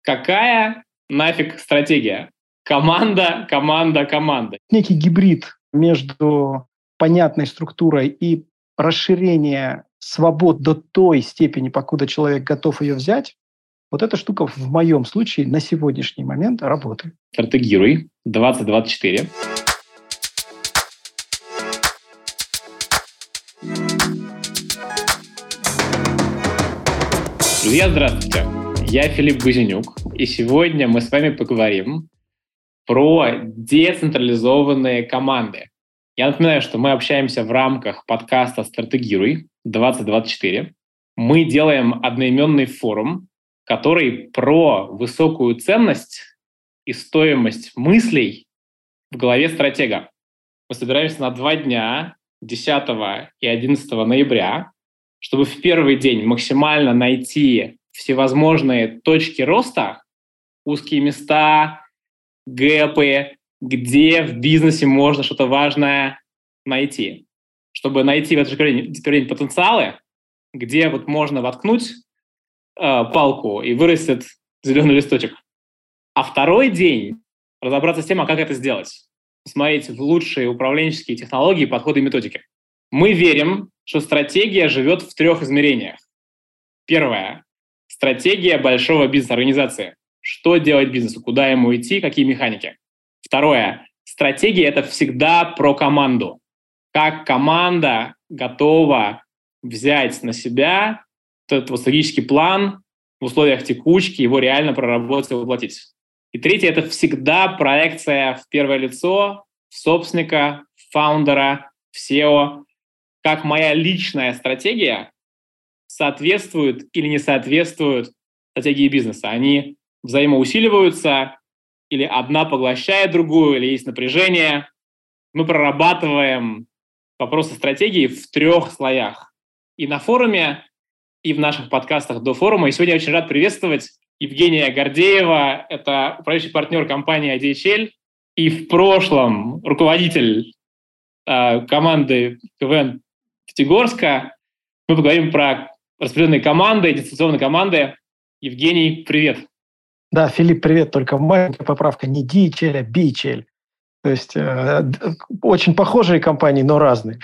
Какая нафиг стратегия? Команда, команда, команда. Некий гибрид между понятной структурой и расширение свобод до той степени, покуда человек готов ее взять. Вот эта штука в моем случае на сегодняшний момент работает. Стратегируй 2024. Друзья, здравствуйте. Я Филипп Гузенюк, и сегодня мы с вами поговорим про децентрализованные команды. Я напоминаю, что мы общаемся в рамках подкаста «Стратегируй 2024». Мы делаем одноименный форум, который про высокую ценность и стоимость мыслей в голове стратега. Мы собираемся на 2 дня, 10 и 11 ноября, чтобы в первый день максимально найти всевозможные точки роста, узкие места, гэпы, где в бизнесе можно что-то важное найти. Чтобы найти в этот же потенциалы, где вот можно воткнуть палку и вырастет зеленый листочек. А второй день разобраться с тем, а как это сделать. Смотреть в лучшие управленческие технологии, подходы и методики. Мы верим, что стратегия живет в 3 измерениях. Первое. Стратегия большого бизнес-организации. Что делать бизнесу, куда ему идти, какие механики. Второе. Стратегия – это всегда про команду. Как команда готова взять на себя этот стратегический план в условиях текучки, его реально проработать и воплотить. И третье – это всегда проекция в первое лицо, в собственника, в фаундера, в SEO. Как моя личная стратегия соответствует или не соответствует стратегии бизнеса. Они взаимоусиливаются, или одна поглощает другую, или есть напряжение. Мы прорабатываем вопросы стратегии в 3 слоях. И на форуме, и в наших подкастах до форума. И сегодня я очень рад приветствовать Евгения Гордеева. Это управляющий партнер компании IDHL и в прошлом руководитель команды КВН Пятигорска. Мы поговорим про распределенные команды, дистанционные команды. Евгений, привет. Да, Филипп, привет. Только маленькая поправка. Не DHL, а BHL. То есть очень похожие компании, но разные.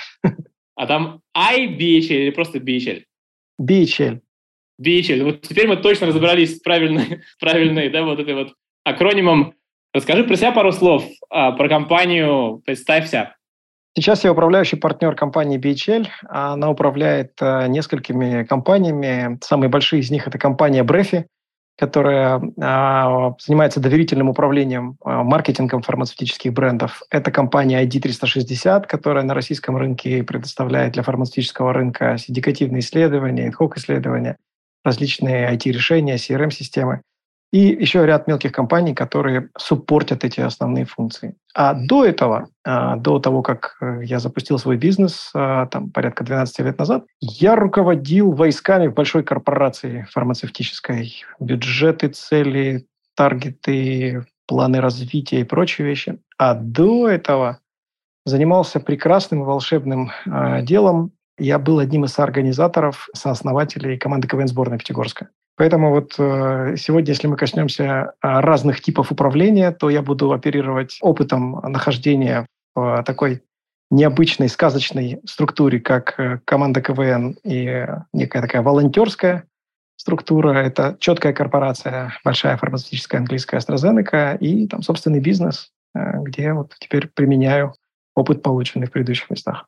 А там IBHL или просто BHL? BHL. BHL. Вот теперь мы точно разобрались с правильной, да, вот этой вот акронимом. Расскажи про себя пару слов, про компанию, представься. Сейчас я управляющий партнер компании BHL. Она управляет несколькими компаниями. Самые большие из них – это компания Brefi, которая занимается доверительным управлением маркетингом фармацевтических брендов. Это компания ID360, которая на российском рынке предоставляет для фармацевтического рынка синдикативные исследования, ad-hoc-исследования, различные IT-решения, CRM-системы. И еще ряд мелких компаний, которые суппортят эти основные функции. А до этого, до того, как я запустил свой бизнес, там, порядка 12 лет назад, я руководил войсками в большой корпорации фармацевтической. Бюджеты, цели, таргеты, планы развития и прочие вещи. А до этого занимался прекрасным и волшебным делом. Я был одним из соорганизаторов, сооснователей команды КВН сборной Пятигорска. Поэтому вот сегодня, если мы коснемся разных типов управления, то я буду оперировать опытом нахождения в такой необычной, сказочной структуре, как команда КВН и некая такая волонтерская структура. Это четкая корпорация, большая фармацевтическая английская AstraZeneca и там собственный бизнес, где вот теперь применяю опыт, полученный в предыдущих местах.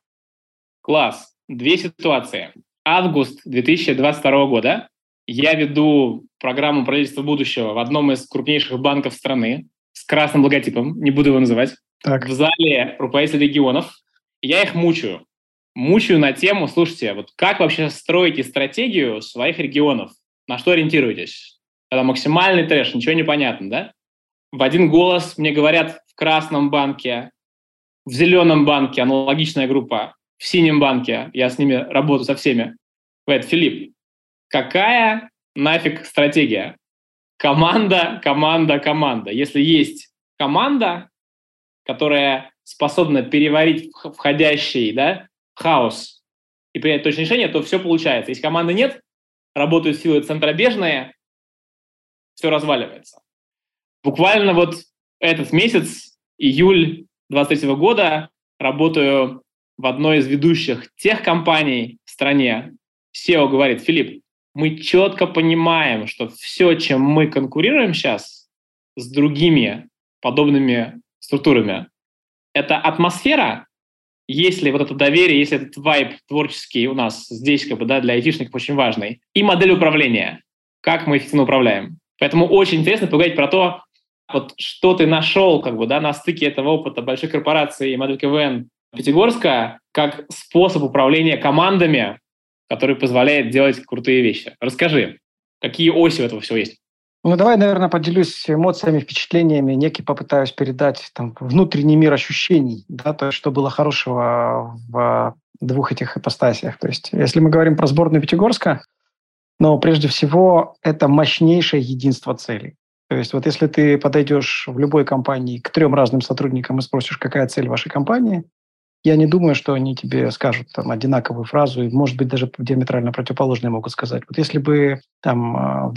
Класс. 2 ситуации. Август 2022 года. Я веду программу правительства будущего в одном из крупнейших банков страны с красным логотипом, не буду его называть, в зале руководителей регионов. Я их мучаю. Мучаю на тему, слушайте, вот как вообще строите стратегию своих регионов? На что ориентируетесь? Когда максимальный трэш, ничего не понятно, да? В один голос мне говорят в красном банке, в зеленом банке аналогичная группа, в синем банке, я с ними работаю со всеми. Говорят, Филипп, какая нафиг стратегия? Команда, команда, команда. Если есть команда, которая способна переварить входящий, да, хаос и принять точное решение, то все получается. Если команды нет, работают силы центробежные, все разваливается. Буквально вот этот месяц, июль 2023 года, работаю в одной из ведущих техкомпаний в стране. SEO говорит: Филипп, мы четко понимаем, что все, чем мы конкурируем сейчас с другими подобными структурами, это атмосфера, если вот это доверие, если этот вайб творческий у нас здесь для айтишников очень важный, и модель управления, как мы эффективно управляем. Поэтому очень интересно поговорить про то, вот что ты нашел на стыке этого опыта большой корпорации и модели КВН Пятигорска как способ управления командами, который позволяет делать крутые вещи. Расскажи, какие оси у этого всего есть? Давай, наверное, поделюсь эмоциями, впечатлениями, некий попытаюсь передать внутренний мир ощущений, то есть что было хорошего в двух этих ипостасиях. То есть если мы говорим про сборную Пятигорска, прежде всего это мощнейшее единство целей. То есть вот если ты подойдешь в любой компании к 3 разным сотрудникам и спросишь, какая цель вашей компании, я не думаю, что они тебе скажут одинаковую фразу, и, может быть, даже диаметрально противоположные могут сказать. Вот если бы в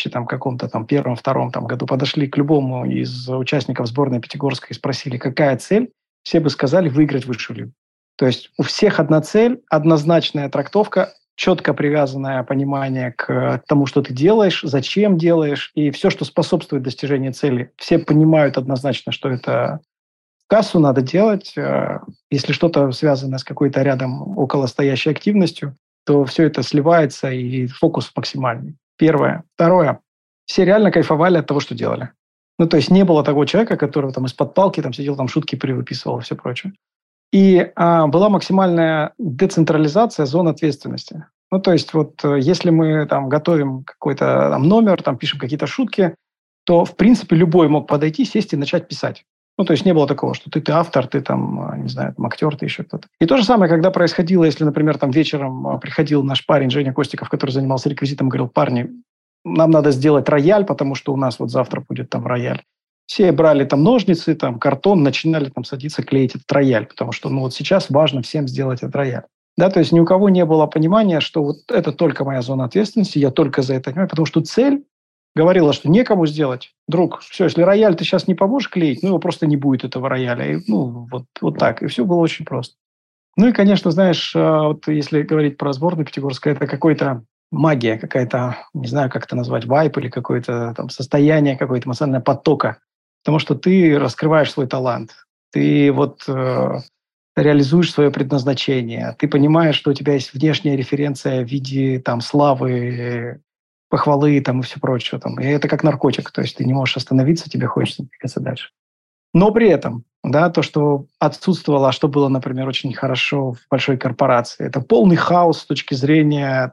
2001-2002 году подошли к любому из участников сборной Пятигорска и спросили, какая цель, все бы сказали выиграть высшую лигу. То есть у всех одна цель, однозначная трактовка, четко привязанное понимание к тому, что ты делаешь, зачем делаешь, и все, что способствует достижению цели. Все понимают однозначно, что это кассу надо делать. Если что-то связано с какой-то рядом околостоящей активностью, то все это сливается, и фокус максимальный. Первое. Второе. Все реально кайфовали от того, что делали. То есть не было такого человека, который из-под палки сидел, шутки привыписывал и все прочее. И была максимальная децентрализация зон ответственности. То есть если мы готовим какой-то номер, пишем какие-то шутки, то, в принципе, любой мог подойти, сесть и начать писать. То есть не было такого, что ты автор, ты актер, ты еще кто-то. И то же самое, когда происходило, если, например, вечером приходил наш парень Женя Костиков, который занимался реквизитом, говорил: парни, нам надо сделать рояль, потому что у нас завтра будет рояль. Все брали ножницы, картон, начинали садиться клеить этот рояль, потому что сейчас важно всем сделать этот рояль. То есть ни у кого не было понимания, что это только моя зона ответственности, я только за это понимаю, потому что цель говорила, что некому сделать. Друг, все, если рояль ты сейчас не поможешь клеить, его просто не будет, этого рояля. И, вот так. И все было очень просто. И, конечно, знаешь, если говорить про сборную Пятигорска, это какая-то магия, какая-то, не знаю, как это назвать, вайб или какое-то состояние, какое-то эмоциональное потока. Потому что ты раскрываешь свой талант. Ты реализуешь свое предназначение. Ты понимаешь, что у тебя есть внешняя референция в виде славы, похвалы и все прочее. И это как наркотик. То есть ты не можешь остановиться, тебе хочется двигаться дальше. Но при этом, то, что отсутствовало, а что было, например, очень хорошо в большой корпорации, это полный хаос с точки зрения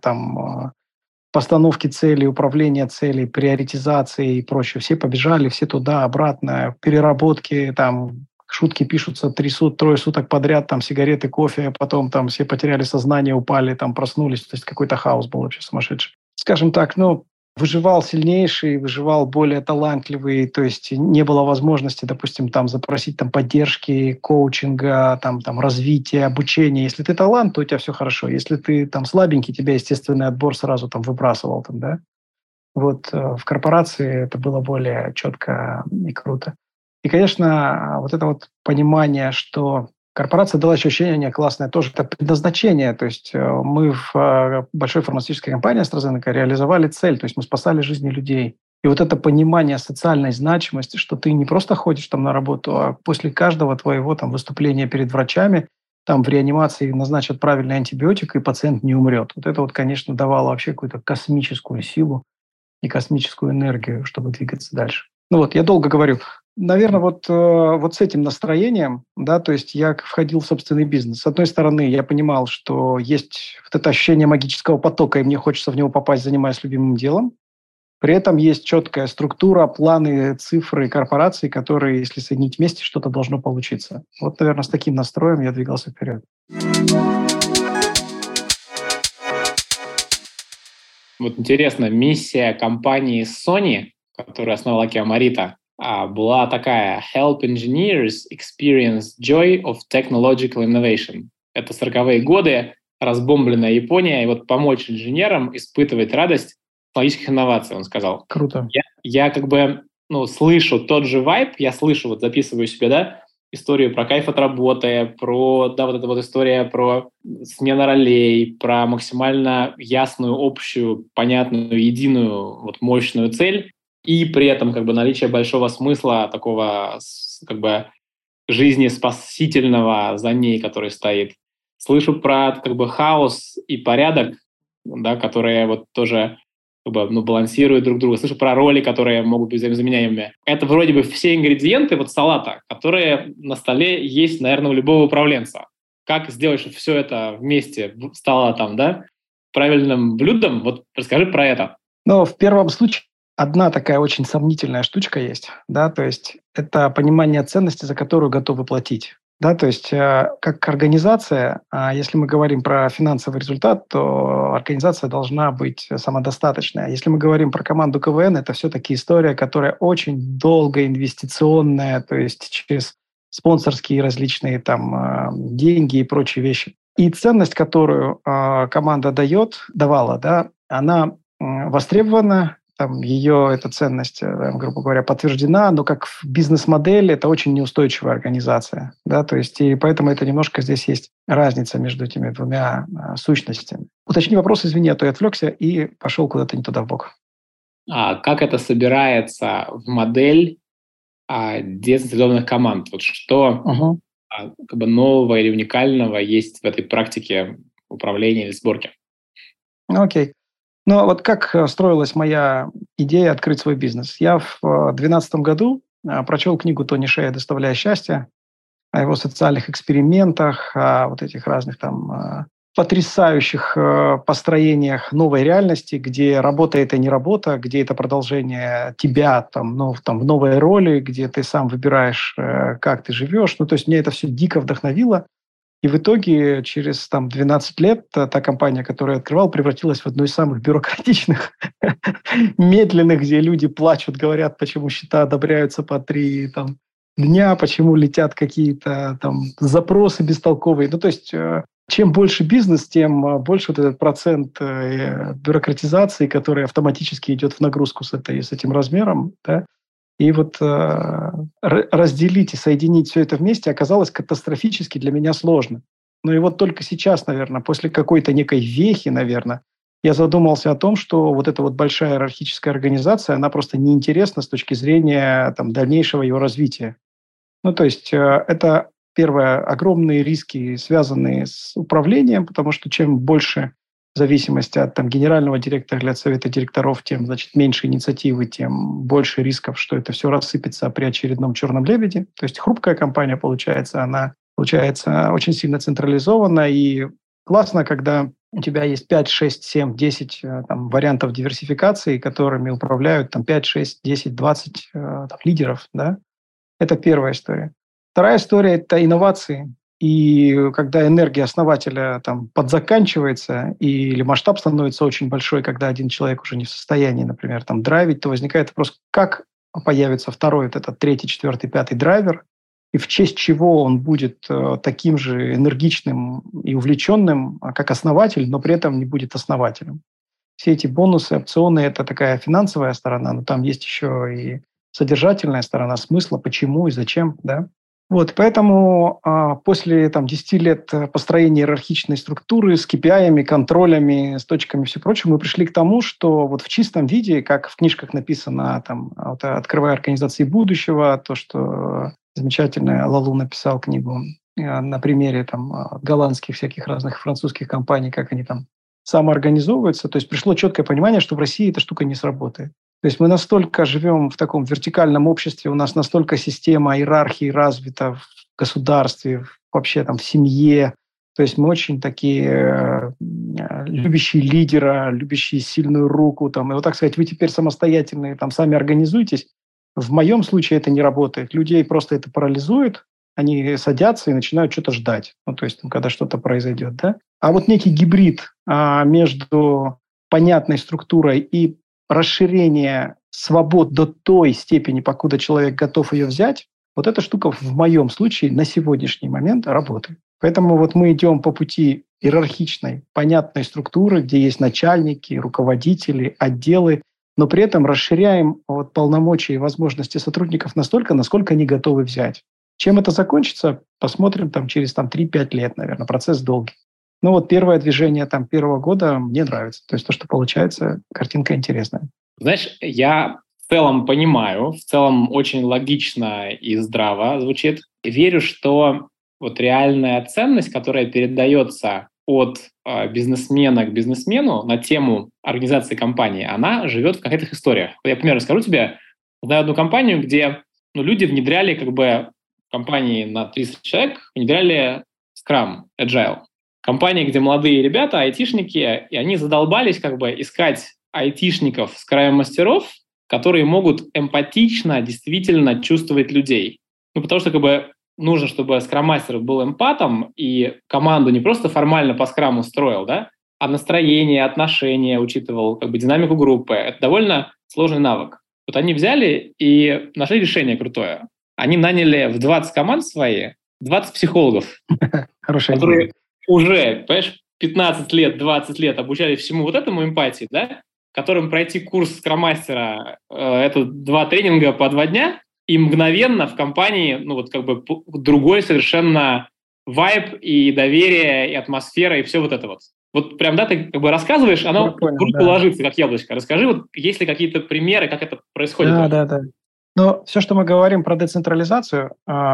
постановки целей, управления целей, приоритизации и прочее. Все побежали, все туда, обратно, переработки, шутки пишутся 3 суток подряд, сигареты, кофе, а потом все потеряли сознание, упали, проснулись. То есть какой-то хаос был вообще сумасшедший. Скажем так, выживал сильнейший, выживал более талантливый, то есть не было возможности, допустим, запросить поддержки, коучинга, развития, обучения. Если ты талант, то у тебя все хорошо. Если ты слабенький, тебя естественный отбор сразу выбрасывал. В корпорации это было более четко и круто. И, конечно, это понимание, что корпорация дала ощущение классное тоже, это предназначение. То есть мы в большой фармацевтической компании AstraZeneca реализовали цель, то есть мы спасали жизни людей. И это понимание социальной значимости, что ты не просто ходишь на работу, а после каждого твоего выступления перед врачами в реанимации назначат правильный антибиотик, и пациент не умрет. Это, конечно, давало вообще какую-то космическую силу и космическую энергию, чтобы двигаться дальше. Я долго говорю. Наверное, с этим настроением, то есть я входил в собственный бизнес. С одной стороны, я понимал, что есть это ощущение магического потока, и мне хочется в него попасть, занимаясь любимым делом. При этом есть четкая структура, планы, цифры корпорации, которые, если соединить вместе, что-то должно получиться. Наверное, с таким настроем я двигался вперед. Интересно, миссия компании Sony, которую основал Акио Морита, была такая: Help engineers experience joy of technological innovation. Это 40-е годы, разбомбленная Япония, и помочь инженерам испытывать радость технологических инноваций, он сказал. Круто. я как бы, слышу тот же вайб, я слышу, вот записываю себе, да, историю про кайф от работы, про, да, вот эта вот история про смену ролей, про максимально ясную, общую, понятную, единую, вот мощную цель, и при этом как бы наличие большого смысла такого как бы жизни спасительного за ней, который стоит. Слышу про как бы хаос и порядок, да, которые вот тоже как бы, балансируют друг друга. Слышу про роли, которые могут быть взаимозаменяемыми. Это вроде бы все ингредиенты вот салата, которые на столе есть, наверное, у любого управленца. Как сделать, чтобы все это вместе стало там, да, правильным блюдом? Вот расскажи про это. Но в первом случае одна такая очень сомнительная штучка есть, да, то есть это понимание ценности, за которую готовы платить. Да, то есть как организация, если мы говорим про финансовый результат, то организация должна быть самодостаточная. Если мы говорим про команду КВН, это все-таки история, которая очень долго инвестиционная, то есть через спонсорские различные там деньги и прочие вещи. И ценность, которую команда давала, да, она востребована, там, ее эта ценность, грубо говоря, подтверждена, но как в бизнес-модель это очень неустойчивая организация. Да? То есть, и поэтому это немножко здесь есть разница между этими двумя сущностями. Уточни вопрос, извини, а то я отвлекся и пошел куда-то не туда вбок. А как это собирается в модель децентрализованных команд? Вот что как бы нового или уникального есть в этой практике управления или сборки? Окей. Ну, вот как строилась моя идея открыть свой бизнес? Я в 2012 году прочел книгу Тони Шея «Доставляя счастье», о его социальных экспериментах, о вот этих разных там потрясающих построениях новой реальности, где работа – это не работа, где это продолжение тебя там, в новой роли, где ты сам выбираешь, как ты живешь. Ну, то есть меня это все дико вдохновило. И в итоге через 12 лет та компания, которую я открывал, превратилась в одну из самых бюрократичных, медленных, где люди плачут, говорят, почему счета одобряются по 3 дня, почему летят какие-то там запросы бестолковые. Ну, то есть чем больше бизнес, тем больше вот этот процент бюрократизации, который автоматически идет в нагрузку с этим размером, да. И вот разделить и соединить все это вместе оказалось катастрофически для меня сложно. Ну и вот только сейчас, наверное, после какой-то некой вехи, наверное, я задумался о том, что вот эта вот большая иерархическая организация, она просто неинтересна с точки зрения дальнейшего ее развития. Ну то есть это, первое, огромные риски, связанные с управлением, потому что чем больше зависимости от генерального директора или от совета директоров, тем, меньше инициативы, тем больше рисков, что это все рассыпется при очередном черном лебеде. То есть хрупкая компания получается, она получается очень сильно централизована, и классно, когда у тебя есть 5, 6, 7, 10 вариантов диверсификации, которыми управляют 5, 6, 10, 20 лидеров. Да? Это первая история. Вторая история – это инновации. И когда энергия основателя подзаканчивается или масштаб становится очень большой, когда один человек уже не в состоянии, например, драйвить, то возникает вопрос, как появится второй, этот третий, четвертый, пятый драйвер, и в честь чего он будет таким же энергичным и увлеченным, как основатель, но при этом не будет основателем. Все эти бонусы, опционы – это такая финансовая сторона, но там есть еще и содержательная сторона смысла, почему и зачем, да. Вот, поэтому после 10 лет построения иерархичной структуры с KPI, контролями, с точками и все прочее, мы пришли к тому, что вот в чистом виде, как в книжках написано, «Открывая организации будущего», то, что замечательно Лалу написал книгу на примере голландских всяких разных французских компаний, как они самоорганизовываются. То есть пришло четкое понимание, что в России эта штука не сработает. То есть мы настолько живем в таком вертикальном обществе, у нас настолько система иерархии развита в государстве, вообще в семье. То есть мы очень такие любящие лидера, любящие сильную руку. И вот так сказать, вы теперь самостоятельные, сами организуйтесь. В моем случае это не работает. Людей просто это парализует. Они садятся и начинают что-то ждать. Ну, то есть когда что-то произойдет. Да? А вот некий гибрид между понятной структурой и расширение свобод до той степени, покуда человек готов ее взять, вот эта штука в моем случае на сегодняшний момент работает. Поэтому вот мы идем по пути иерархичной, понятной структуры, где есть начальники, руководители, отделы, но при этом расширяем вот полномочия и возможности сотрудников настолько, насколько они готовы взять. Чем это закончится, посмотрим там, через 3-5 лет, наверное. Процесс долгий. Ну вот первое движение первого года мне нравится. То есть то, что получается, картинка интересная. Знаешь, я в целом понимаю, в целом очень логично и здраво звучит. Верю, что вот реальная ценность, которая передается от бизнесмена к бизнесмену на тему организации компании, она живет в каких-то историях. Я, например, расскажу тебе. Знаю одну компанию, где люди внедряли компании на 300 человек, внедряли Scrum, Agile. Компании, где молодые ребята, айтишники, и они задолбались искать айтишников, скрайм-мастеров, которые могут эмпатично действительно чувствовать людей. Потому что нужно, чтобы скрам-мастер был эмпатом и команду не просто формально по скраму строил, да, а настроение, отношения учитывал, динамику группы. Это довольно сложный навык. Вот они взяли и нашли решение крутое. Они наняли в 20 команд свои 20 психологов, которые уже, понимаешь, 15 лет, 20 лет обучали всему вот этому эмпатии, да, которым пройти курс скрам-мастера, это 2 тренинга по 2 дня, и мгновенно в компании, другой совершенно вайб и доверие, и атмосфера, и все вот это вот. Вот прям, да, ты рассказываешь, оно в руку ложится, как яблочко. Расскажи, есть ли какие-то примеры, как это происходит? Да. Но все, что мы говорим про децентрализацию,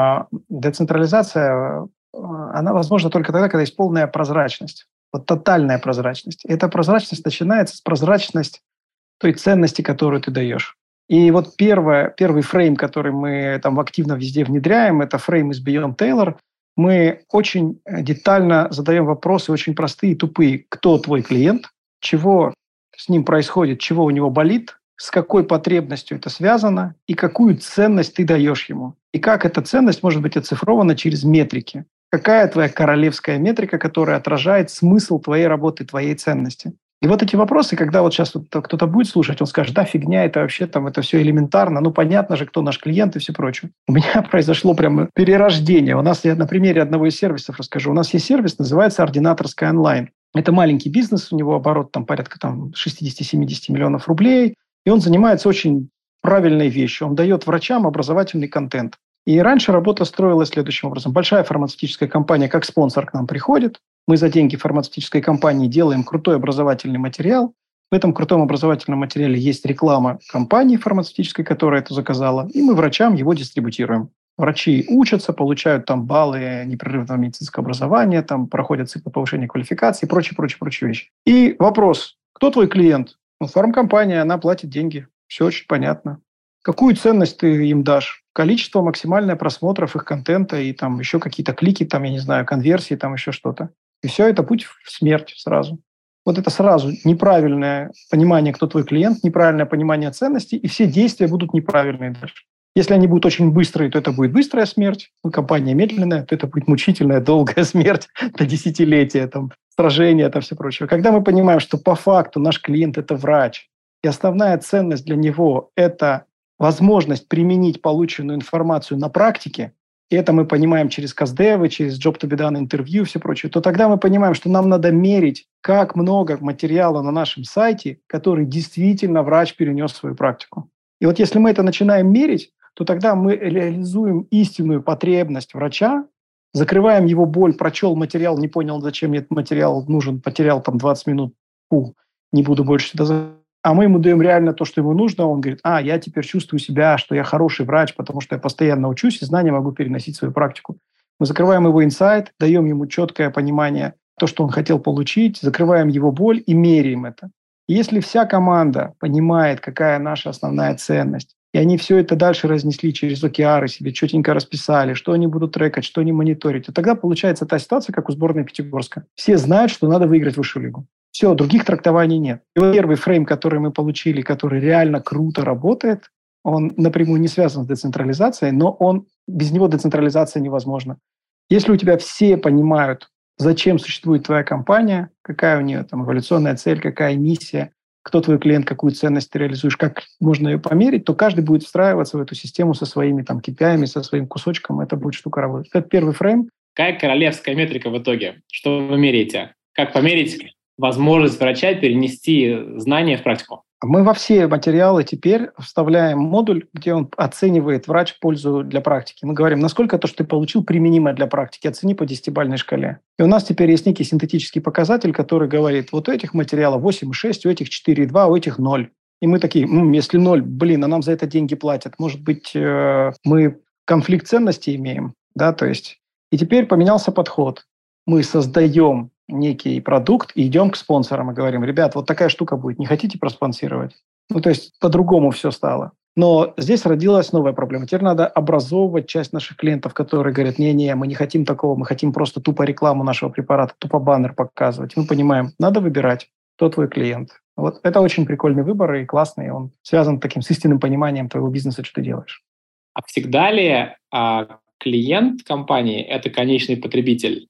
она возможна только тогда, когда есть полная прозрачность. Вот тотальная прозрачность. И эта прозрачность начинается с прозрачности той ценности, которую ты даешь. И вот первый фрейм, который мы активно везде внедряем, это фрейм из Beyond Taylor. Мы очень детально задаем вопросы, очень простые и тупые. Кто твой клиент? Чего с ним происходит? Чего у него болит? С какой потребностью это связано? И какую ценность ты даешь ему? И как эта ценность может быть оцифрована через метрики? Какая твоя королевская метрика, которая отражает смысл твоей работы, твоей ценности? И вот эти вопросы, когда вот сейчас кто-то будет слушать, он скажет, да, фигня, это вообще это все элементарно, понятно же, кто наш клиент и все прочее. У меня произошло прямо перерождение. У нас, я на примере одного из сервисов расскажу, у нас есть сервис, называется «Ординаторская онлайн». Это маленький бизнес, у него оборот порядка 60-70 миллионов рублей, и он занимается очень правильной вещью. Он дает врачам образовательный контент. И раньше работа строилась следующим образом. Большая фармацевтическая компания как спонсор к нам приходит, мы за деньги фармацевтической компании делаем крутой образовательный материал. В этом крутом образовательном материале есть реклама компании фармацевтической, которая это заказала, и мы врачам его дистрибутируем. Врачи учатся, получают баллы непрерывного медицинского образования, проходят цикл повышения квалификации и прочие вещи. И вопрос, кто твой клиент? Фармкомпания, она платит деньги. Все очень понятно. Какую ценность ты им дашь? Количество максимальное просмотров их контента и еще какие-то клики, конверсии, еще что-то. И все, это путь в смерть сразу. Вот это сразу неправильное понимание, кто твой клиент, неправильное понимание ценностей, и все действия будут неправильные дальше. Если они будут очень быстрые, то это будет быстрая смерть. Компания медленная, то это будет мучительная, долгая смерть на десятилетия, сражения, все прочее. Когда мы понимаем, что по факту наш клиент – это врач, и основная ценность для него – это возможность применить полученную информацию на практике, и это мы понимаем через КСДВ, через Job to be done интервью, все прочее, то тогда мы понимаем, что нам надо мерить, как много материала на нашем сайте, который действительно врач перенес в свою практику. И вот если мы это начинаем мерить, то тогда мы реализуем истинную потребность врача, закрываем его боль, прочел материал, не понял, зачем мне этот материал нужен, потерял 20 минут, не буду больше сюда. А мы ему даем реально то, что ему нужно. Он говорит, я теперь чувствую себя, что я хороший врач, потому что я постоянно учусь и знания могу переносить в свою практику. Мы закрываем его инсайт, даем ему четкое понимание, то, что он хотел получить, закрываем его боль и меряем это. И если вся команда понимает, какая наша основная ценность, и они все это дальше разнесли через OKR, себе четенько расписали, что они будут трекать, что они мониторить, то тогда получается та ситуация, как у сборной Пятигорска. Все знают, что надо выиграть высшую лигу. Все, других трактований нет. И вот первый фрейм, который мы получили, который реально круто работает, он напрямую не связан с децентрализацией, но без него децентрализация невозможна. Если у тебя все понимают, зачем существует твоя компания, какая у нее эволюционная цель, какая миссия, кто твой клиент, какую ценность ты реализуешь, как можно ее померить, то каждый будет встраиваться в эту систему со своими KPI, со своим кусочком, это будет штука работать. Это первый фрейм. Какая королевская метрика в итоге? Что вы меряете? Как померить возможность врача перенести знания в практику? Мы во все материалы теперь вставляем модуль, где он оценивает врач пользу для практики. Мы говорим, насколько то, что ты получил, применимо для практики. Оцени по 10-бальной шкале. И у нас теперь есть некий синтетический показатель, который говорит, вот у этих материалов 8,6, у этих 4,2, у этих 0. И мы такие, если 0, а нам за это деньги платят. Может быть, мы конфликт ценностей имеем? Да, то есть. И теперь поменялся подход. Мы создаем некий продукт и идем к спонсорам и говорим, ребят, вот такая штука будет, не хотите проспонсировать? То есть по-другому все стало. Но здесь родилась новая проблема. Теперь надо образовывать часть наших клиентов, которые говорят, не-не, мы не хотим такого, мы хотим просто тупо рекламу нашего препарата, тупо баннер показывать. Мы понимаем, надо выбирать, кто твой клиент. Вот это очень прикольный выбор и классный, он связан таким с истинным пониманием твоего бизнеса, что ты делаешь. А всегда ли клиент компании – это конечный потребитель?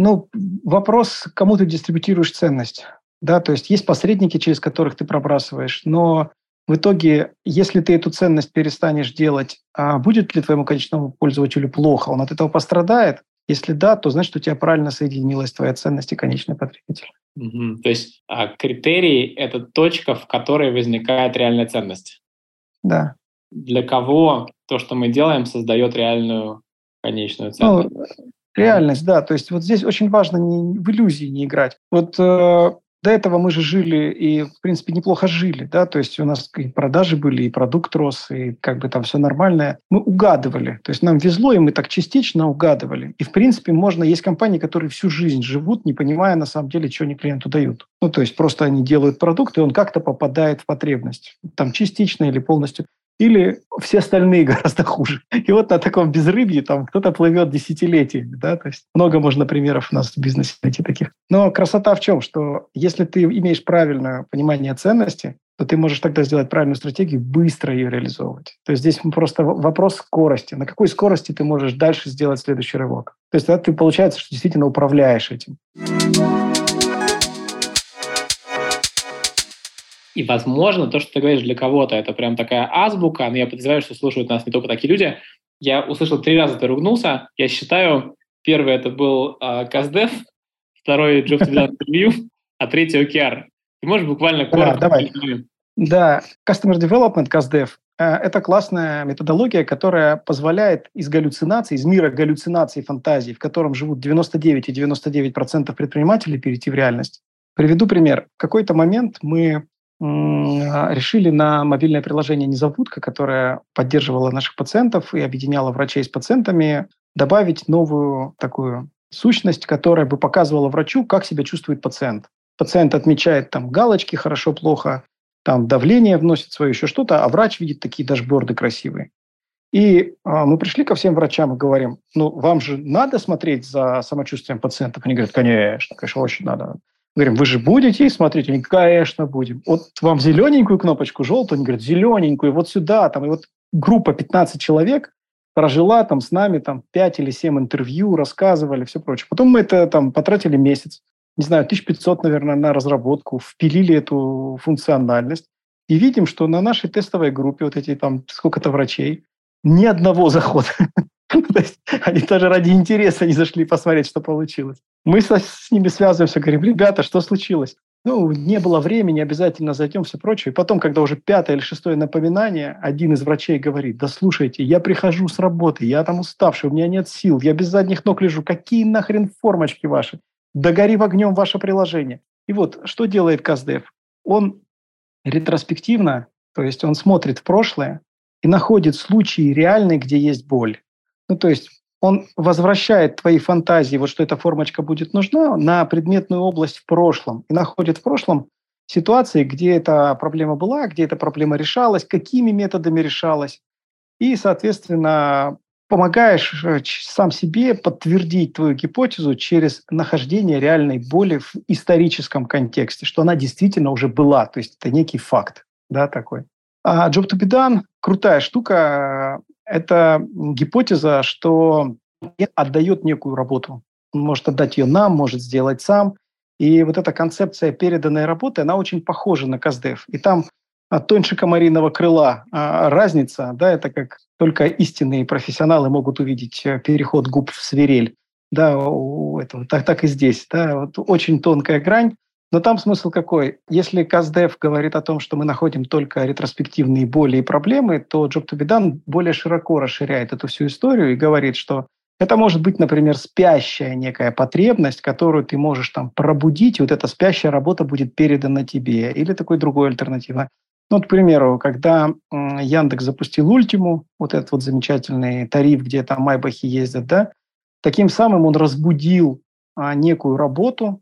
Вопрос, кому ты дистрибутируешь ценность. Да, то есть есть посредники, через которых ты пробрасываешь, но в итоге, если ты эту ценность перестанешь делать, будет ли твоему конечному пользователю плохо? Он от этого пострадает? Если да, то значит, у тебя правильно соединилась твоя ценность и конечный потребитель. То есть критерий – это точка, в которой возникает реальная ценность. Да. Для кого то, что мы делаем, создает реальную конечную ценность? Реальность, да. То есть вот здесь очень важно в иллюзии не играть. Вот до этого мы же жили и, в принципе, неплохо жили, да, то есть у нас и продажи были, и продукт рос, и как бы там все нормальное. Мы угадывали, то есть нам везло, и мы так частично угадывали. И, в принципе, есть компании, которые всю жизнь живут, не понимая, на самом деле, что они клиенту дают. То есть просто они делают продукт, и он как-то попадает в потребность. Там частично или полностью. Или все остальные гораздо хуже. И вот на таком безрыбье там кто-то плывет десятилетиями. Да? То есть много можно примеров у нас в бизнесе найти таких. Но красота в чем? Что если ты имеешь правильное понимание ценности, то ты можешь тогда сделать правильную стратегию, быстро ее реализовывать. То есть здесь просто вопрос скорости. На какой скорости ты можешь дальше сделать следующий рывок? То есть тогда ты, получается, что действительно управляешь этим. И, возможно, то, что ты говоришь для кого-то, это прям такая азбука, но я подозреваю, что слушают нас не только такие люди. Я услышал 3 раза, ты ругнулся. Я считаю, первый это был CastDev, второй Job to be done interview, а третий OKR. Ты можешь буквально коротко? Давай. Да, Customer Development, CastDev, это классная методология, которая позволяет из мира галлюцинаций и фантазий, в котором живут 99,99% предпринимателей, перейти в реальность. Приведу пример. В какой-то момент мы решили на мобильное приложение «Незабудка», которое поддерживало наших пациентов и объединяло врачей с пациентами, добавить новую такую сущность, которая бы показывала врачу, как себя чувствует пациент. Пациент отмечает там галочки, хорошо, плохо, там давление вносит свое, еще что-то, а врач видит такие дашборды красивые. И мы пришли ко всем врачам и говорим, вам же надо смотреть за самочувствием пациентов? Они говорят, конечно, очень надо. Говорим, вы же будете смотреть? Они, конечно, будем. Вот вам зелененькую кнопочку, желтую, они говорят, зелененькую, вот сюда. Там, и вот группа 15 человек прожила там с нами там 5 или 7 интервью, рассказывали, все прочее. Потом мы это там потратили месяц, не знаю, 1500, наверное, на разработку, впилили эту функциональность. И видим, что на нашей тестовой группе вот эти там сколько-то врачей, ни одного захода. То есть они даже ради интереса не зашли посмотреть, что получилось. Мы с ними связываемся, говорим, ребята, что случилось? Не было времени, обязательно зайдем, все прочее. И потом, когда уже 5-е или 6-е напоминание, один из врачей говорит, да слушайте, я прихожу с работы, я там уставший, у меня нет сил, я без задних ног лежу, какие нахрен формочки ваши? Да гори в огнем ваше приложение. И вот, что делает CastDev? Он ретроспективно, то есть он смотрит в прошлое и находит случаи реальные, где есть боль. То есть он возвращает твои фантазии, вот что эта формочка будет нужна, на предметную область в прошлом. И находит в прошлом ситуации, где эта проблема была, где эта проблема решалась, какими методами решалась. И, соответственно, помогаешь сам себе подтвердить твою гипотезу через нахождение реальной боли в историческом контексте, что она действительно уже была. То есть это некий факт, да, такой. А Job to be done – крутая штука. Это гипотеза, что клиент отдает некую работу. Он может отдать ее нам, может сделать сам. И вот эта концепция переданной работы, она очень похожа на CastDev. И там тоньше комариного крыла разница, да, это как только истинные профессионалы могут увидеть переход губ в свирель. Да, у этого, так и здесь. Да, вот очень тонкая грань. Но там смысл какой? Если КазДев говорит о том, что мы находим только ретроспективные боли и проблемы, то Job to be done более широко расширяет эту всю историю и говорит, что это может быть, например, спящая некая потребность, которую ты можешь там пробудить, и вот эта спящая работа будет передана тебе. Или такой другой альтернатива. Ну, вот, к примеру, когда Яндекс запустил Ультиму, вот этот вот замечательный тариф, где там майбахи ездят, да, таким самым он разбудил некую работу,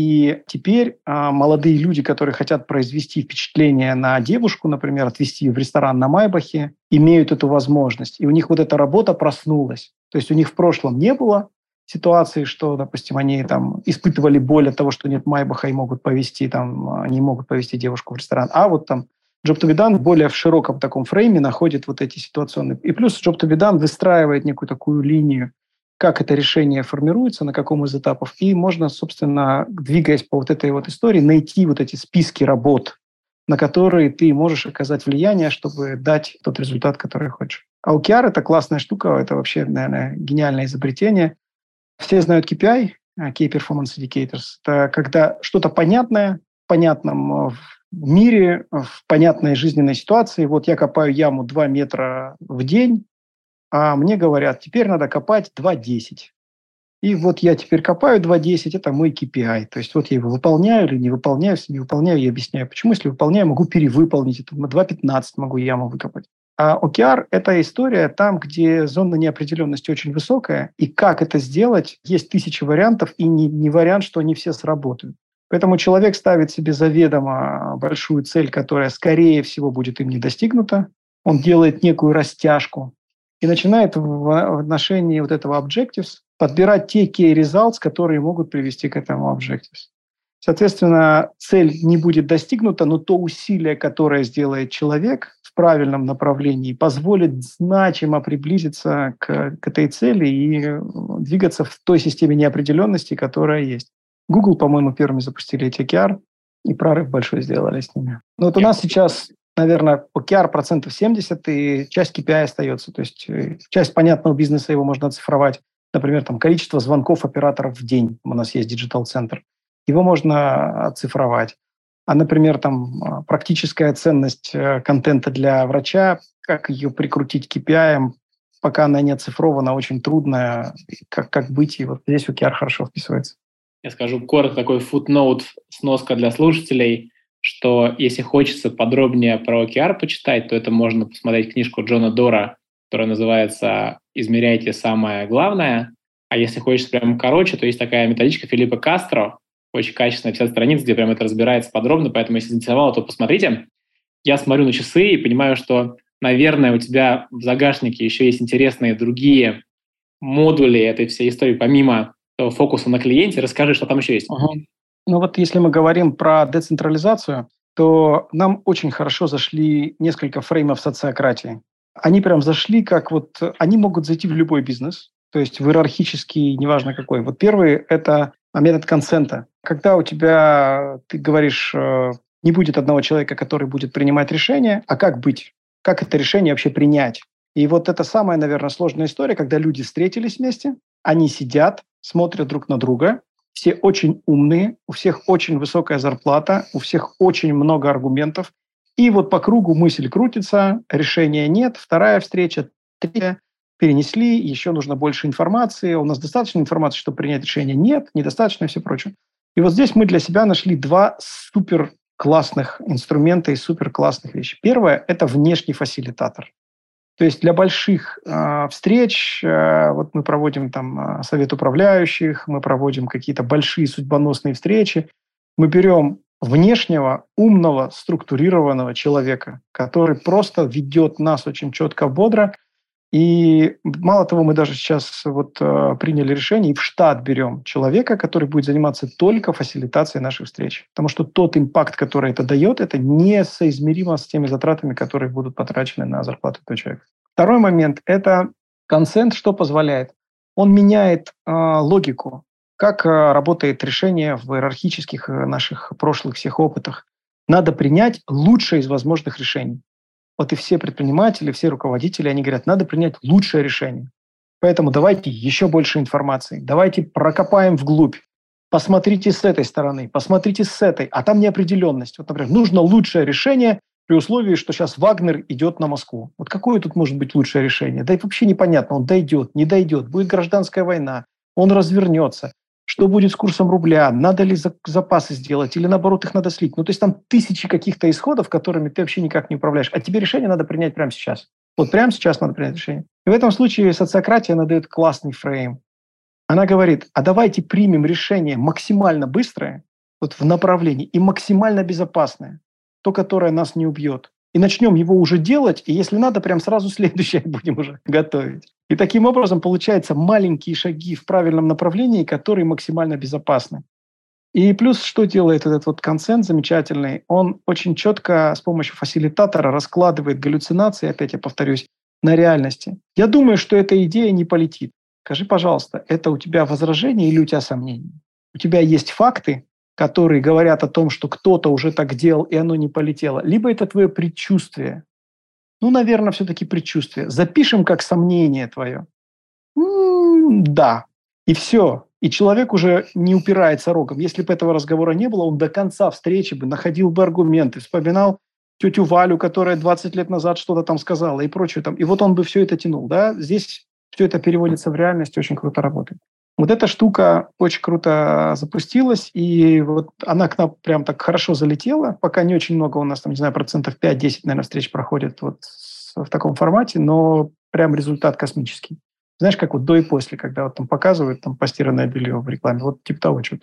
и теперь молодые люди, которые хотят произвести впечатление на девушку, например, отвезти ее в ресторан на Майбахе, имеют эту возможность. И у них вот эта работа проснулась. То есть у них в прошлом не было ситуации, что, допустим, они там испытывали боль от того, что нет Майбаха и могут повезти, там, не могут повезти девушку в ресторан. А вот там Job to be done более в широком таком фрейме находит вот эти ситуационные. И плюс Job to be done выстраивает некую такую линию, как это решение формируется, на каком из этапов. И можно, собственно, двигаясь по вот этой вот истории, найти вот эти списки работ, на которые ты можешь оказать влияние, чтобы дать тот результат, который хочешь. А OKR – это классная штука, это вообще, наверное, гениальное изобретение. Все знают KPI, Key Performance Indicators. Это когда что-то понятное, в понятном мире, в понятной жизненной ситуации. Вот я копаю яму 2 метра в день, а мне говорят, теперь надо копать 2,10. И вот я теперь копаю 2,10, это мой KPI. То есть вот я его выполняю или не выполняю, если не выполняю, я объясняю, почему. Если выполняю, могу перевыполнить, это 2,15 могу яму выкопать. А OKR – это история там, где зона неопределенности очень высокая, и как это сделать, есть тысячи вариантов, и не вариант, что они все сработают. Поэтому человек ставит себе заведомо большую цель, которая, скорее всего, будет им не достигнута. Он делает некую растяжку, и начинает в отношении вот этого objectives подбирать те key results, которые могут привести к этому objectives. Соответственно, цель не будет достигнута, но то усилие, которое сделает человек в правильном направлении, позволит значимо приблизиться к этой цели и двигаться в той системе неопределенности, которая есть. Google, по-моему, первыми запустили эти OKR, и прорыв большой сделали с ними. Но вот у нас сейчас, наверное, OKR 70%, и часть KPI остается. То есть часть понятного бизнеса его можно оцифровать. Например, там, количество звонков операторов в день. У нас есть диджитал-центр. Его можно оцифровать. А, например, там, практическая ценность контента для врача, как ее прикрутить к KPI, пока она не оцифрована, очень трудно. Как быть, и вот здесь OKR хорошо вписывается. Я скажу коротко такой footnote, сноска для слушателей, что если хочется подробнее про OKR почитать, то это можно посмотреть книжку Джона Дора, которая называется «Измеряйте самое главное». А если хочется прям короче, то есть такая методичка Филиппа Кастро, очень качественная, 50 страниц, где прям это разбирается подробно, поэтому если заинтересовало, то посмотрите. Я смотрю на часы и понимаю, что, наверное, у тебя в загашнике еще есть интересные другие модули этой всей истории, помимо фокуса на клиенте. Расскажи, что там еще есть. Ну вот если мы говорим про децентрализацию, то нам очень хорошо зашли несколько фреймов социократии. Они прям зашли, как вот они могут зайти в любой бизнес, то есть в иерархический, неважно какой. Вот первый – это метод консента. Когда у тебя, ты говоришь, не будет одного человека, который будет принимать решения, а как быть? Как это решение вообще принять? И вот это самая, наверное, сложная история, когда люди встретились вместе, они сидят, смотрят друг на друга, все очень умные, у всех очень высокая зарплата, у всех очень много аргументов. И вот по кругу мысль крутится, решения нет, вторая встреча, третья, перенесли, еще нужно больше информации, у нас достаточно информации, чтобы принять решение, нет, недостаточно и все прочее. И вот здесь мы для себя нашли два супер классных инструмента и супер классных вещи. Первое – это внешний фасилитатор. То есть для больших встреч, вот мы проводим там совет управляющих, мы проводим какие-то большие судьбоносные встречи, мы берем внешнего, умного, структурированного человека, который просто ведет нас очень четко, бодро. И мало того, мы даже сейчас вот приняли решение и в штат берем человека, который будет заниматься только фасилитацией наших встреч. Потому что тот импакт, который это дает, это несоизмеримо с теми затратами, которые будут потрачены на зарплату этого человека. Второй момент – это консент, что позволяет. Он меняет логику, как работает решение в иерархических наших прошлых всех опытах. Надо принять лучшее из возможных решений. Вот и все предприниматели, все руководители, они говорят, надо принять лучшее решение. Поэтому давайте еще больше информации, давайте прокопаем вглубь. посмотрите с этой стороны, посмотрите с этой, а там неопределенность. Вот, например, нужно лучшее решение при условии, что сейчас Вагнер идет на Москву. Вот какое тут может быть лучшее решение? Да и вообще непонятно, он дойдет, не дойдет, будет гражданская война, он развернется. Что будет с курсом рубля? Надо ли запасы сделать или, наоборот, их надо слить? Ну, то есть там тысячи каких-то исходов, которыми ты вообще никак не управляешь. А тебе решение надо принять прямо сейчас. Вот прямо сейчас надо принять решение. И в этом случае социократия, она дает классный фрейм. Она говорит, а давайте примем решение максимально быстрое, вот в направлении, и максимально безопасное, то, которое нас не убьет. И начнем его уже делать, и если надо, прям сразу следующее будем уже готовить. И таким образом получаются маленькие шаги в правильном направлении, которые максимально безопасны. И плюс, что делает этот вот консенс замечательный, он очень четко с помощью фасилитатора раскладывает галлюцинации, опять я повторюсь, на реальности. Я думаю, что эта идея не полетит. Скажи, пожалуйста, это у тебя возражение или у тебя сомнения? У тебя есть факты, которые говорят о том, что кто-то уже так делал, и оно не полетело, либо это твое предчувствие. Ну, наверное, все-таки предчувствие. Запишем как сомнение твое. Да. И все. И человек уже не упирается рогом. Если бы этого разговора не было, он до конца встречи бы находил бы аргументы, вспоминал тетю Валю, которая 20 лет назад что-то там сказала и прочее. Там. И вот он бы все это тянул. Да? Здесь все это переводится в реальность, очень круто работает. Вот эта штука очень круто запустилась, и вот она к нам прям так хорошо залетела. Пока не очень много у нас, там, не знаю, 5-10%, наверное, встреч проходит вот в таком формате, но прям результат космический. Знаешь, как вот до и после, когда вот там показывают там постиранное белье в рекламе. Вот типа того что-то.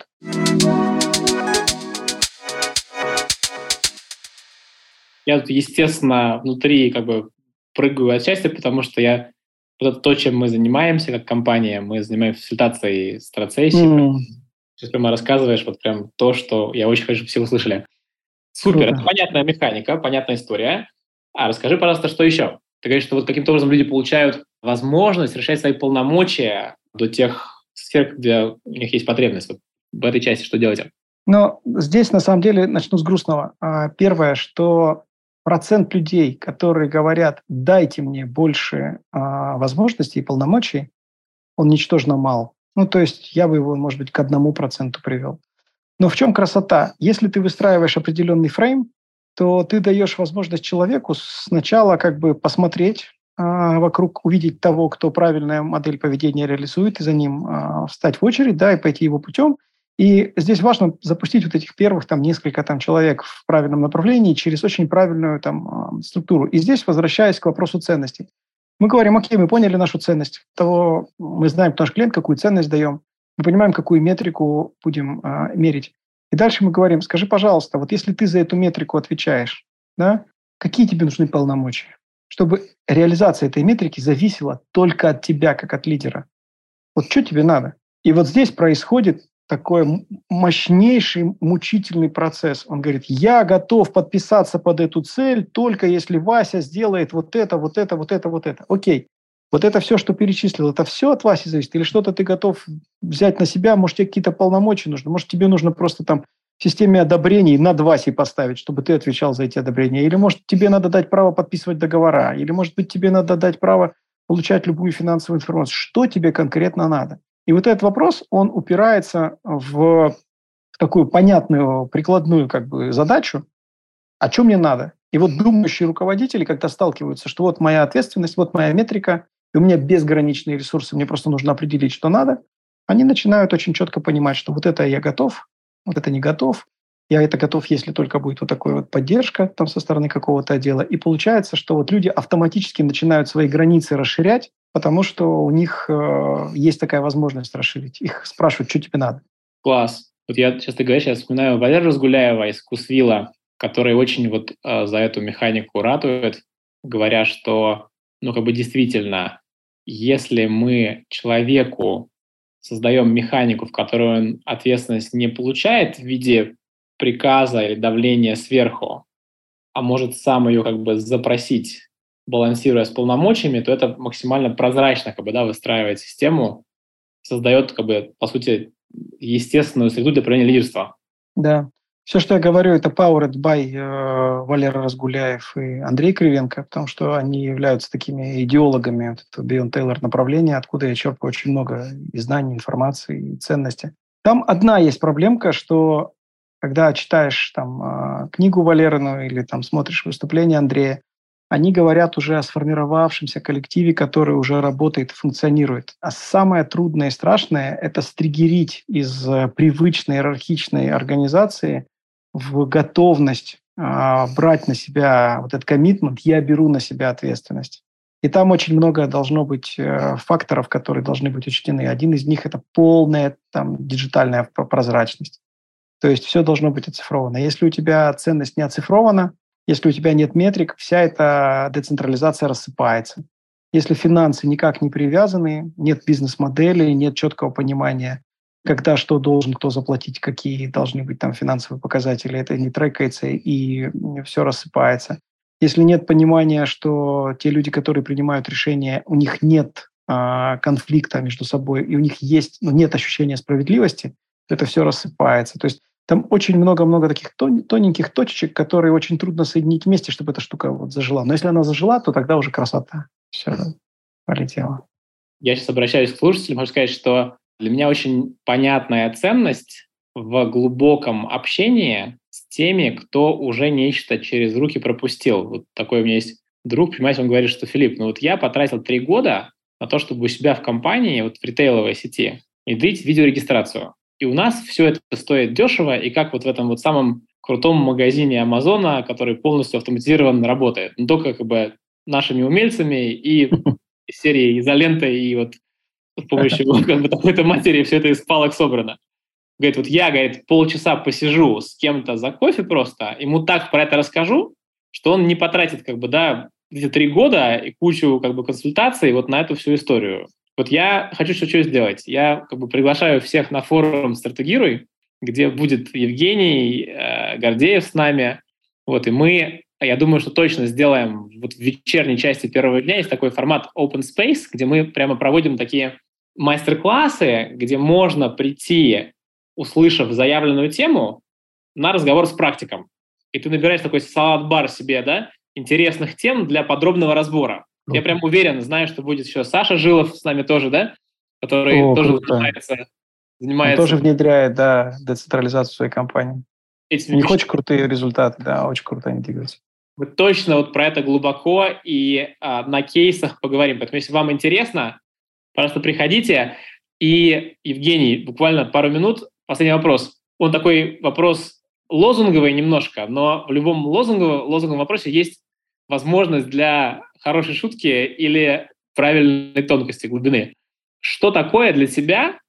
Я тут, естественно, внутри как бы прыгаю от счастья, потому что я вот то, чем мы занимаемся как компания, мы занимаемся фасилитацией страцессий. Сейчас прямо рассказываешь вот прям то, что я очень хочу, чтобы все услышали. Супер, это понятная механика, понятная история. А расскажи, пожалуйста, что еще? Ты говоришь, что вот каким-то образом люди получают возможность решать свои полномочия до тех сфер, где у них есть потребность. Вот в этой части что делаете? Но здесь, на самом деле, начну с грустного. Первое, что процент людей, которые говорят, дайте мне больше возможностей и полномочий, он ничтожно мал. Ну, то есть я бы его, может быть, к 1% привел. Но в чем красота? Если ты выстраиваешь определенный фрейм, то ты даешь возможность человеку сначала как бы посмотреть вокруг, увидеть того, кто правильную модель поведения реализует, и за ним встать в очередь, да, и пойти его путем. И здесь важно запустить вот этих первых там несколько там человек в правильном направлении через очень правильную там структуру. И здесь, возвращаясь к вопросу ценностей. Мы говорим, окей, мы поняли нашу ценность. Того мы знаем, наш клиент, какую ценность даем. Мы понимаем, какую метрику будем мерить. И дальше мы говорим, скажи, пожалуйста, вот если ты за эту метрику отвечаешь, да, какие тебе нужны полномочия? Чтобы реализация этой метрики зависела только от тебя, как от лидера. Вот что тебе надо? И вот здесь происходит такой мощнейший, мучительный процесс. Он говорит, я готов подписаться под эту цель, только если Вася сделает вот это, вот это, вот это, вот это. Окей. Вот это все, что перечислил, это все от Васи зависит? Или что-то ты готов взять на себя? Может, тебе какие-то полномочия нужны? Может, тебе нужно просто там в системе одобрений над Васей поставить, чтобы ты отвечал за эти одобрения? Или, может, тебе надо дать право подписывать договора? Или, может быть, тебе надо дать право получать любую финансовую информацию? Что тебе конкретно надо? И вот этот вопрос, он упирается в такую понятную, прикладную как бы задачу, а что мне надо? И вот думающие руководители, когда сталкиваются, что вот моя ответственность, вот моя метрика, и у меня безграничные ресурсы, мне просто нужно определить, что надо, они начинают очень четко понимать, что вот это я готов, вот это не готов, я это готов, если только будет вот такая вот поддержка там со стороны какого-то отдела. И получается, что вот люди автоматически начинают свои границы расширять, потому что у них есть такая возможность расширить. Их спрашивают, что тебе надо. Класс. Вот я, сейчас ты говоришь, я вспоминаю Валеру Разгуляева из Вкусвилла, который очень вот за эту механику ратует, говоря, что, ну, как бы действительно, если мы человеку создаем механику, в которой он ответственность не получает в виде приказа или давления сверху, а может сам ее как бы запросить, балансируя с полномочиями, то это максимально прозрачно как бы, да, выстраивает систему, создает, как бы, по сути, естественную среду для проявления лидерства. Да. Все, что я говорю, это powered by Валера Разгуляев и Андрей Кривенко, потому что они являются такими идеологами вот этого Beyond Taylor направления, откуда я черпаю очень много и знаний, информации, и ценности. Там одна есть проблемка, что когда читаешь там книгу Валерину или там смотришь выступление Андрея, они говорят уже о сформировавшемся коллективе, который уже работает, функционирует. А самое трудное и страшное – это стригерить из привычной иерархичной организации в готовность брать на себя вот этот коммитмент, я беру на себя ответственность. И там очень много должно быть факторов, которые должны быть учтены. Один из них – это полная там, диджитальная прозрачность. То есть все должно быть оцифровано. Если у тебя ценность не оцифрована, если у тебя нет метрик, вся эта децентрализация рассыпается. Если финансы никак не привязаны, нет бизнес-модели, нет четкого понимания, когда что должен, кто заплатить, какие должны быть там финансовые показатели, это не трекается и все рассыпается. Если нет понимания, что те люди, которые принимают решения, у них нет конфликта между собой, и у них есть, нет ощущения справедливости, то это все рассыпается. То есть там очень много-много таких тоненьких точечек, которые очень трудно соединить вместе, чтобы эта штука вот зажила. Но если она зажила, то тогда уже красота. Все, полетело. Я сейчас обращаюсь к слушателям, хочу сказать, что для меня очень понятная ценность в глубоком общении с теми, кто уже нечто через руки пропустил. Вот такой у меня есть друг, понимаете, он говорит, что Филипп, ну вот я потратил 3 года на то, чтобы у себя в компании, вот в ритейловой сети, внедрить видеорегистрацию. И у нас все это стоит дешево, и как вот в этом вот самом крутом магазине Амазона, который полностью автоматизирован, работает. Но только как бы нашими умельцами и из серии изолентой, и вот с помощью как бы такой-то материи все это из палок собрано. Говорит, вот я, говорит, полчаса посижу с кем-то за кофе просто, ему так про это расскажу, что он не потратит как бы, да, эти 3 года и кучу как бы консультаций вот на эту всю историю. Вот я хочу что сделать. Я как бы приглашаю всех на форум «Стратегируй», где будет Евгений Гордеев с нами. Вот, и мы, я думаю, что точно сделаем вот в вечерней части первого дня есть такой формат Open Space, где мы прямо проводим такие мастер-классы, где можно прийти, услышав заявленную тему, на разговор с практиком. И ты набираешь такой салат-бар себе, да, интересных тем для подробного разбора. Я прям уверен, знаю, что будет еще Саша Жилов с нами тоже, да? Который тоже занимается. Он тоже внедряет, да, децентрализацию своей компании. У них очень крутые результаты, да, очень круто они двигаются. Мы точно вот про это глубоко и на кейсах поговорим. Поэтому, если вам интересно, пожалуйста, приходите. И, Евгений, буквально пару минут. Последний вопрос. Он такой вопрос лозунговый немножко, но в любом лозунговом вопросе есть возможность для хорошей шутки или правильной тонкости, глубины. Что такое для тебя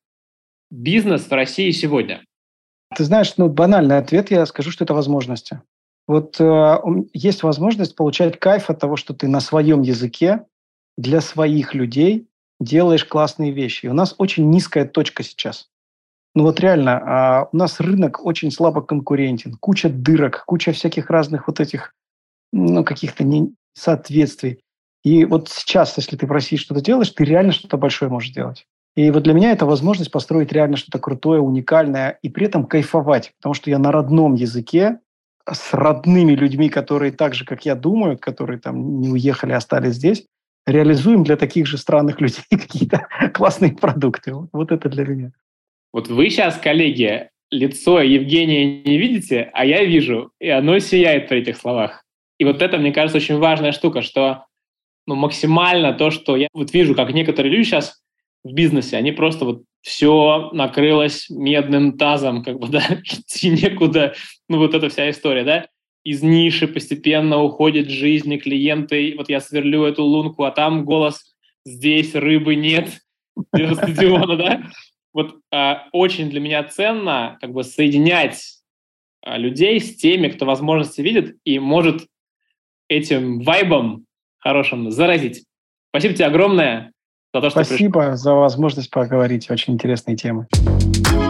бизнес в России сегодня? Ты знаешь, банальный ответ, я скажу, что это возможности. Вот есть возможность получать кайф от того, что ты на своем языке для своих людей делаешь классные вещи. И у нас очень низкая точка сейчас. Ну вот реально, у нас рынок очень слабо конкурентен. Куча дырок, куча всяких разных вот этих, каких-то несоответствий. И вот сейчас, если ты в России что-то делаешь, ты реально что-то большое можешь делать. И вот для меня это возможность построить реально что-то крутое, уникальное, и при этом кайфовать. Потому что я на родном языке, с родными людьми, которые так же, как я, думают, которые там не уехали, остались здесь, реализуем для таких же странных людей какие-то классные продукты. Вот это для меня. Вот вы сейчас, коллеги, лицо Евгения не видите, а я вижу, и оно сияет при этих словах. И вот это, мне кажется, очень важная штука, что максимально то, что я вот вижу, как некоторые люди сейчас в бизнесе, они просто вот все накрылось медным тазом, как бы, да, идти некуда, вот эта вся история, да, из ниши постепенно уходит жизнь, и клиенты, вот я сверлю эту лунку, а там голос, здесь рыбы нет, из стадиона, да. Вот очень для меня ценно как бы соединять людей с теми, кто возможности видит и может этим вайбом хорошим заразить. Спасибо тебе огромное за то, что Спасибо за возможность поговорить. Очень интересные темы.